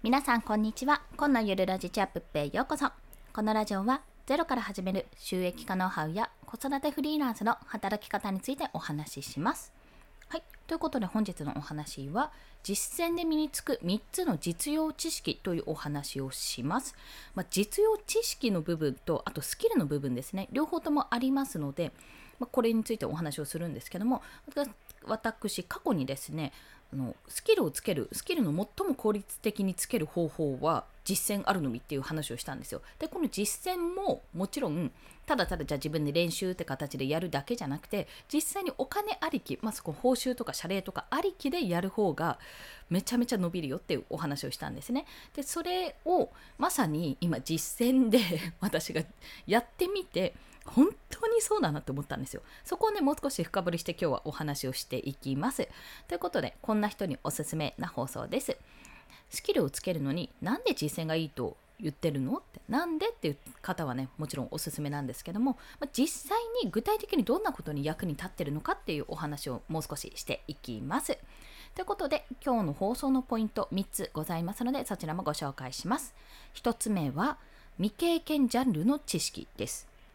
皆さんこんにちは。今のゆるラジチャップへようこそ。このラジオはゼロから始める収益化ノウハウや子育てフリーランスの働き方についてお話しします。はい、ということで本日のお話は実践で身につく3つの実用知識というお話をします。実用知識の部分とあとスキルの部分ですね、両方ともありますので、これについてお話をするんですけども、私過去にですね、スキルをつける、スキルの最も効率的につける方法は実践あるのみっていう話をしたんですよ。で、この実践ももちろんただただじゃあ自分で練習って形でやるだけじゃなくて、実際にお金ありき、そこ報酬とか謝礼とかありきでやる方がめちゃめちゃ伸びるよっていうお話をしたんですね。で、それをまさに今実践で私がやってみて本当にそうだなって思ったんですよ。そこをね、もう少し深掘りして今日はお話をしていきます。ということで、こんな人におすすめな放送です。スキルをつけるのになんで実践がいいと言ってるのって、なんでっていう方はね、もちろんおすすめなんですけども、実際に具体的にどんなことに役に立ってるのかっていうお話をもう少ししていきます。ということで、今日の放送のポイント3つございますので、そちらもご紹介します。1つ目は未経験ジャンルの知識です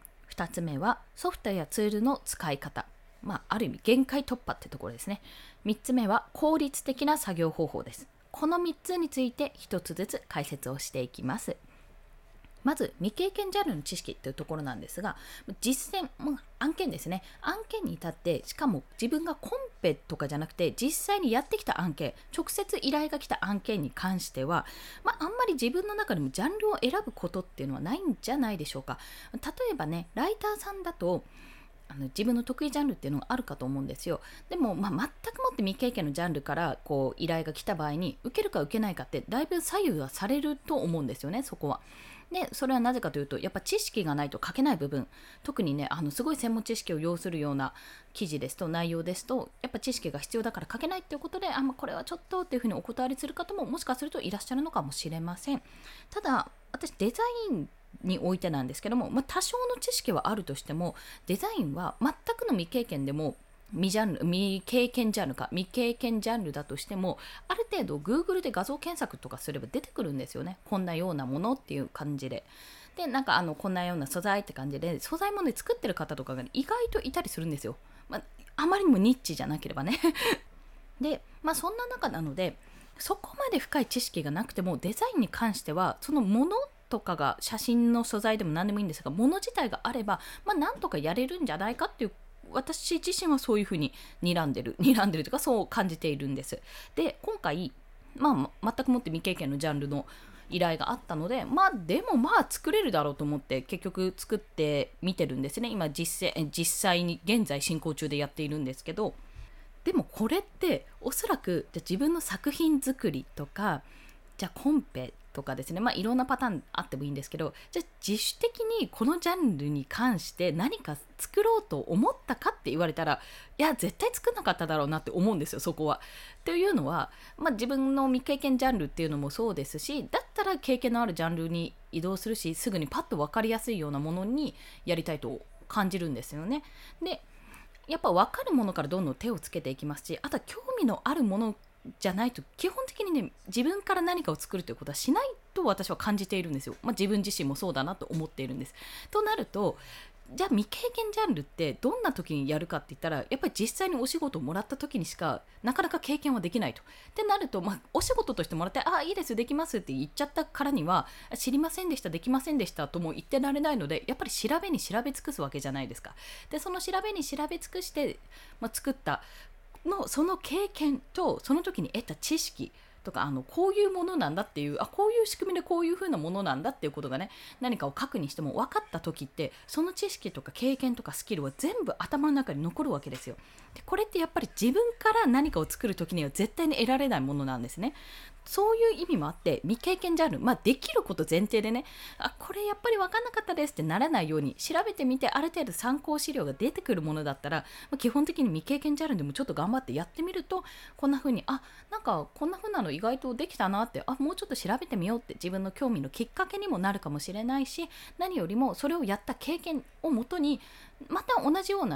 。2つ目はソフトやツールの使い方、ある意味限界突破ってところですね。3つ目は効率的な作業方法です。この3つについて1つずつ解説をしていきます。まず未経験ジャンルの知識というところなんですが、実践、案件ですね。案件に至って、しかも自分がコンペとかじゃなくて実際にやってきた案件、直接依頼が来た案件に関しては、あんまり自分の中でもジャンルを選ぶことっていうのはないんじゃないでしょうか。例えばね、ライターさんだと自分の得意ジャンルっていうのがあるかと思うんですよ。でも、全くもって未経験のジャンルから依頼が来た場合に受けるか受けないかってだいぶ左右はされると思うんですよね、そこは。で、それはなぜかというと、やっぱ知識がないと書けない部分、特にね、すごい専門知識を要するような記事ですと、内容ですと、やっぱ知識が必要だから書けないっていうことで、これはちょっとっていうふうにお断りする方ももしかするといらっしゃるのかもしれません。ただ、私デザインにおいてなんですけども、多少の知識はあるとしても、デザインは全くの未経験でも未経験ジャンルか未経験ジャンルだとしても、ある程度 Google で画像検索とかすれば出てくるんですよね。こんなようなものっていう感じで。で、こんなような素材って感じで、素材もね、作ってる方とかが、意外といたりするんですよ。あまりにもニッチじゃなければね。で、そんな中なので、そこまで深い知識がなくても、デザインに関しては、そのものとかが写真の素材でも何でもいいんですが、もの自体があれば、なんとかやれるんじゃないかっていう、私自身はそういうふうに睨んでるというか、そう感じているんです。で、今回、全くもって未経験のジャンルの依頼があったので、でも作れるだろうと思って結局作ってみてるんですね。今実際に現在進行中でやっているんですけど、でもこれっておそらくじゃあ自分の作品作りとか、じゃあコンペとかですね、いろんなパターンあってもいいんですけど、じゃあ自主的にこのジャンルに関して何か作ろうと思ったかって言われたら、いや絶対作んなかっただろうなって思うんですよ、そこは。というのは、自分の未経験ジャンルっていうのもそうですし、だったら経験のあるジャンルに移動するし、すぐにパッと分かりやすいようなものにやりたいと感じるんですよね。で、やっぱ分かるものからどんどん手をつけていきますし、あとは興味のあるものじゃないと基本的にね、自分から何かを作るということはしないと私は感じているんですよ。自分自身もそうだなと思っているんです。となると、じゃあ未経験ジャンルってどんな時にやるかって言ったら、やっぱり実際にお仕事をもらった時にしかなかなか経験はできないと。ってなると、お仕事としてもらって、いいですできますって言っちゃったからには、知りませんでしたできませんでしたとも言ってられないので、やっぱり調べに調べ尽くすわけじゃないですか。で、その調べに調べ尽くして、作ったその経験とその時に得た知識とか、こういうものなんだっていう、こういう仕組みでこういう風なものなんだっていうことがね、何かを書くにしても分かった時って、その知識とか経験とかスキルは全部頭の中に残るわけですよ。で、これってやっぱり自分から何かを作る時には絶対に得られないものなんですね。そういう意味もあって、未経験ジャンル、できること前提でね、これやっぱり分かんなかったですってならないように調べてみて、ある程度参考資料が出てくるものだったら、基本的に未経験ジャンルでもちょっと頑張ってやってみると、こんな風になんかこんな風なの意外とできたなって、もうちょっと調べてみようって自分の興味のきっかけにもなるかもしれないし、何よりもそれをやった経験をもとにまた同じようなね、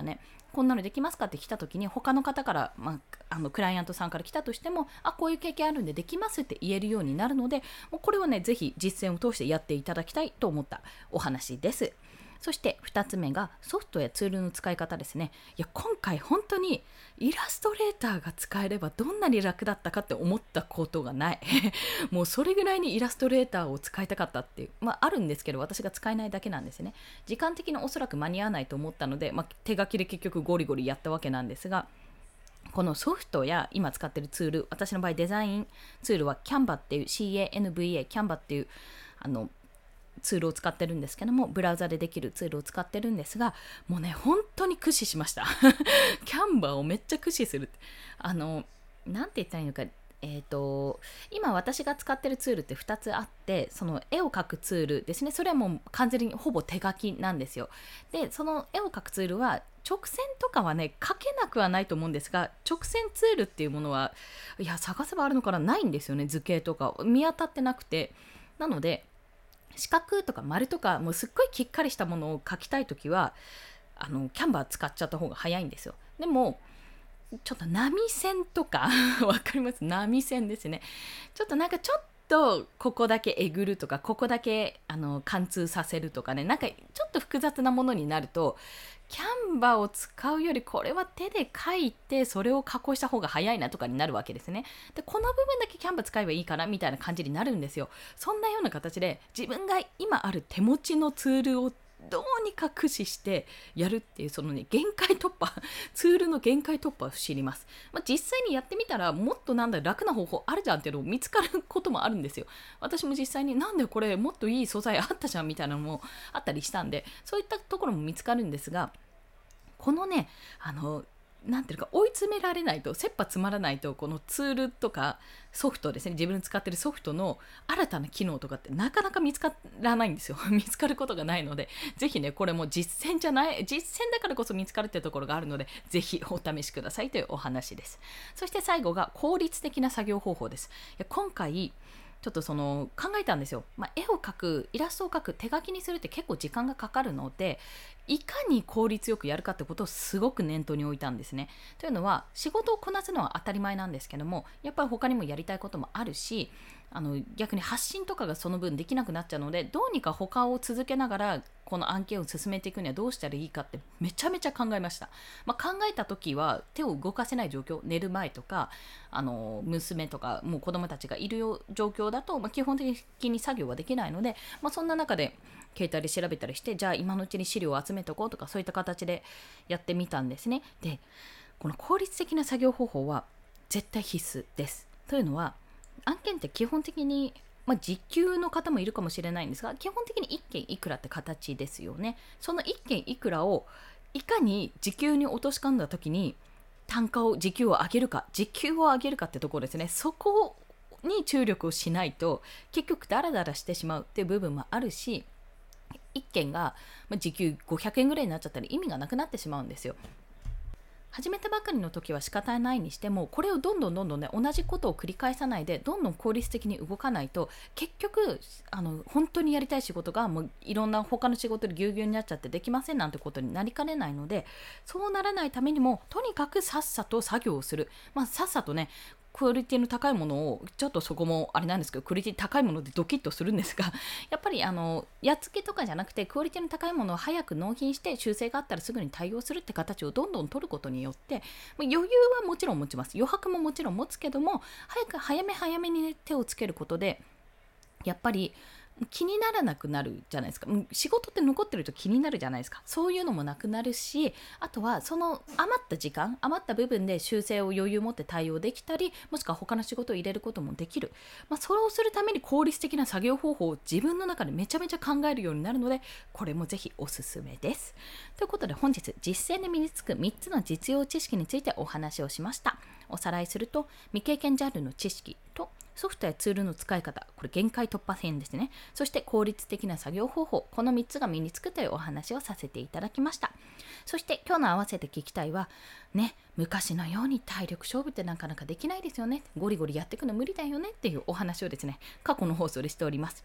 こんなのできますかって来た時に他の方から、クライアントさんから来たとしても、こういう経験あるんでできますって言えるようになるので、もうこれはねぜひ実践を通してやっていただきたいと思ったお話です。そして2つ目がソフトやツールの使い方ですね。いや今回本当にイラストレーターが使えればどんなに楽だったかって思ったことがないもうそれぐらいにイラストレーターを使いたかったっていう、あるんですけど私が使えないだけなんですね。時間的におそらく間に合わないと思ったので、手書きで結局ゴリゴリやったわけなんですが、このソフトや今使っているツール、私の場合デザインツールは Canva っていう Canva っていうツールを使ってるんですけども、ブラウザでできるツールを使ってるんですが、もうね本当に駆使しましたキャンバーをめっちゃ駆使する。なんて言ったらいいのか、今私が使ってるツールって2つあって、その絵を描くツールですね、それはもう完全にほぼ手書きなんですよ。でその絵を描くツールは直線とかはね描けなくはないと思うんですが、直線ツールっていうものはいや探せばあるのかな、ないんですよね。図形とか見当たってなくて、なので四角とか丸とかもうすっごいきっかりしたものを描きたいときはキャンバー使っちゃった方が早いんですよ。でもちょっと波線とかわかります？波線ですね。ちょっとここだけえぐるとか、ここだけ貫通させるとかね、ちょっと複雑なものになるとキャンバーを使うよりこれは手で書いてそれを加工した方が早いなとかになるわけですね。でこの部分だけキャンバー使えばいいかなみたいな感じになるんですよ。そんなような形で自分が今ある手持ちのツールをどうにか駆使してやるっていう、そのね限界突破ツールの限界突破を知ります。実際にやってみたらもっと楽な方法あるじゃんっていうのを見つかることもあるんですよ。私も実際になんでこれもっといい素材あったじゃんみたいなのもあったりしたんで、そういったところも見つかるんですが、このねなんていうか追い詰められないと、切羽詰まらないと、このツールとかソフトですね、自分の使ってるソフトの新たな機能とかってなかなか見つからないんですよ見つかることがないので、ぜひねこれも実践だからこそ見つかるってところがあるので、ぜひお試しくださいというお話です。そして最後が効率的な作業方法です。今回ちょっと考えたんですよ。絵を描く、イラストを描く、手書きにするって結構時間がかかるので、いかに効率よくやるかってことをすごく念頭に置いたんですね。というのは仕事をこなすのは当たり前なんですけども、やっぱり他にもやりたいこともあるし、逆に発信とかがその分できなくなっちゃうので、どうにか他を続けながらこの案件を進めていくにはどうしたらいいかってめちゃめちゃ考えました。考えた時は手を動かせない状況、寝る前とか娘とかもう子供たちがいる状況だと、基本的に作業はできないので、そんな中で携帯で調べたりして、じゃあ今のうちに資料を集めておこうとか、そういった形でやってみたんですね。でこの効率的な作業方法は絶対必須です。というのは案件って基本的に、時給の方もいるかもしれないんですが、基本的に1件いくらって形ですよね。その1件いくらをいかに時給に落とし込んだ時に時給を上げるかってところですね。そこに注力をしないと結局ダラダラしてしまうっていう部分もあるし、1件が時給500円ぐらいになっちゃったら意味がなくなってしまうんですよ。始めたばかりの時は仕方ないにしても、これをどんどんね同じことを繰り返さないでどんどん効率的に動かないと、結局本当にやりたい仕事がもういろんな他の仕事でぎゅうぎゅうになっちゃってできませんなんてことになりかねないので、そうならないためにもとにかくさっさと作業をする。さっさとねクオリティの高いものを、ちょっとそこもあれなんですけど、クオリティ高いものでドキッとするんですが、やっぱりやっつけとかじゃなくてクオリティの高いものを早く納品して修正があったらすぐに対応するって形をどんどん取ることによって、余裕はもちろん持ちます、余白ももちろん持つけども、早めに、ね、手をつけることでやっぱり気にならなくなるじゃないですか。仕事って残ってると気になるじゃないですか。そういうのもなくなるし、あとはその余った部分で修正を余裕を持って対応できたり、もしくは他の仕事を入れることもできる。それをするために効率的な作業方法を自分の中でめちゃめちゃ考えるようになるので、これもぜひおすすめです。ということで本日実践で身につく3つの実用知識についてお話をしました。おさらいすると、未経験ジャンルの知識とソフトやツールの使い方、これ限界突破編ですね。そして効率的な作業方法、この3つが身につくというお話をさせていただきました。そして今日の合わせて聞きたいはね、昔のように体力勝負ってなかなかできないですよね、ゴリゴリやっていくの無理だよねっていうお話をですね、過去の放送でしております。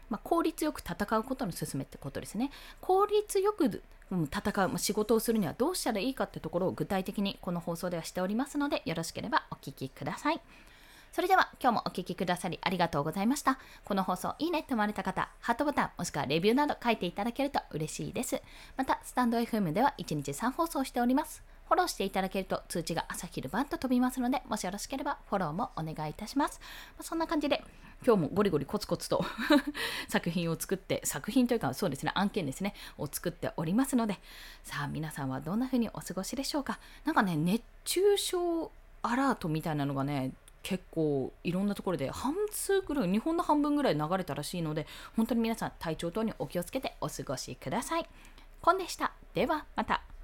効率よく戦うことの勧めってことですね。効率よく戦う、仕事をするにはどうしたらいいかってところを具体的にこの放送ではしておりますので、よろしければお聞きください。それでは今日もお聞きくださりありがとうございました。この放送いいねって思われた方、ハートボタンもしくはレビューなど書いていただけると嬉しいです。またスタンド FM では1日3放送しております。フォローしていただけると通知が朝昼晩と飛びますので、もしよろしければフォローもお願いいたします。そんな感じで今日もゴリゴリコツコツと作品というかそうですね、案件ですねを作っておりますので、さあ皆さんはどんな風にお過ごしでしょうか。熱中症アラートみたいなのがね、結構いろんなところで半数ぐらい、日本の半分ぐらい流れたらしいので、本当に皆さん体調等にお気をつけてお過ごしください。コンでした。ではまた。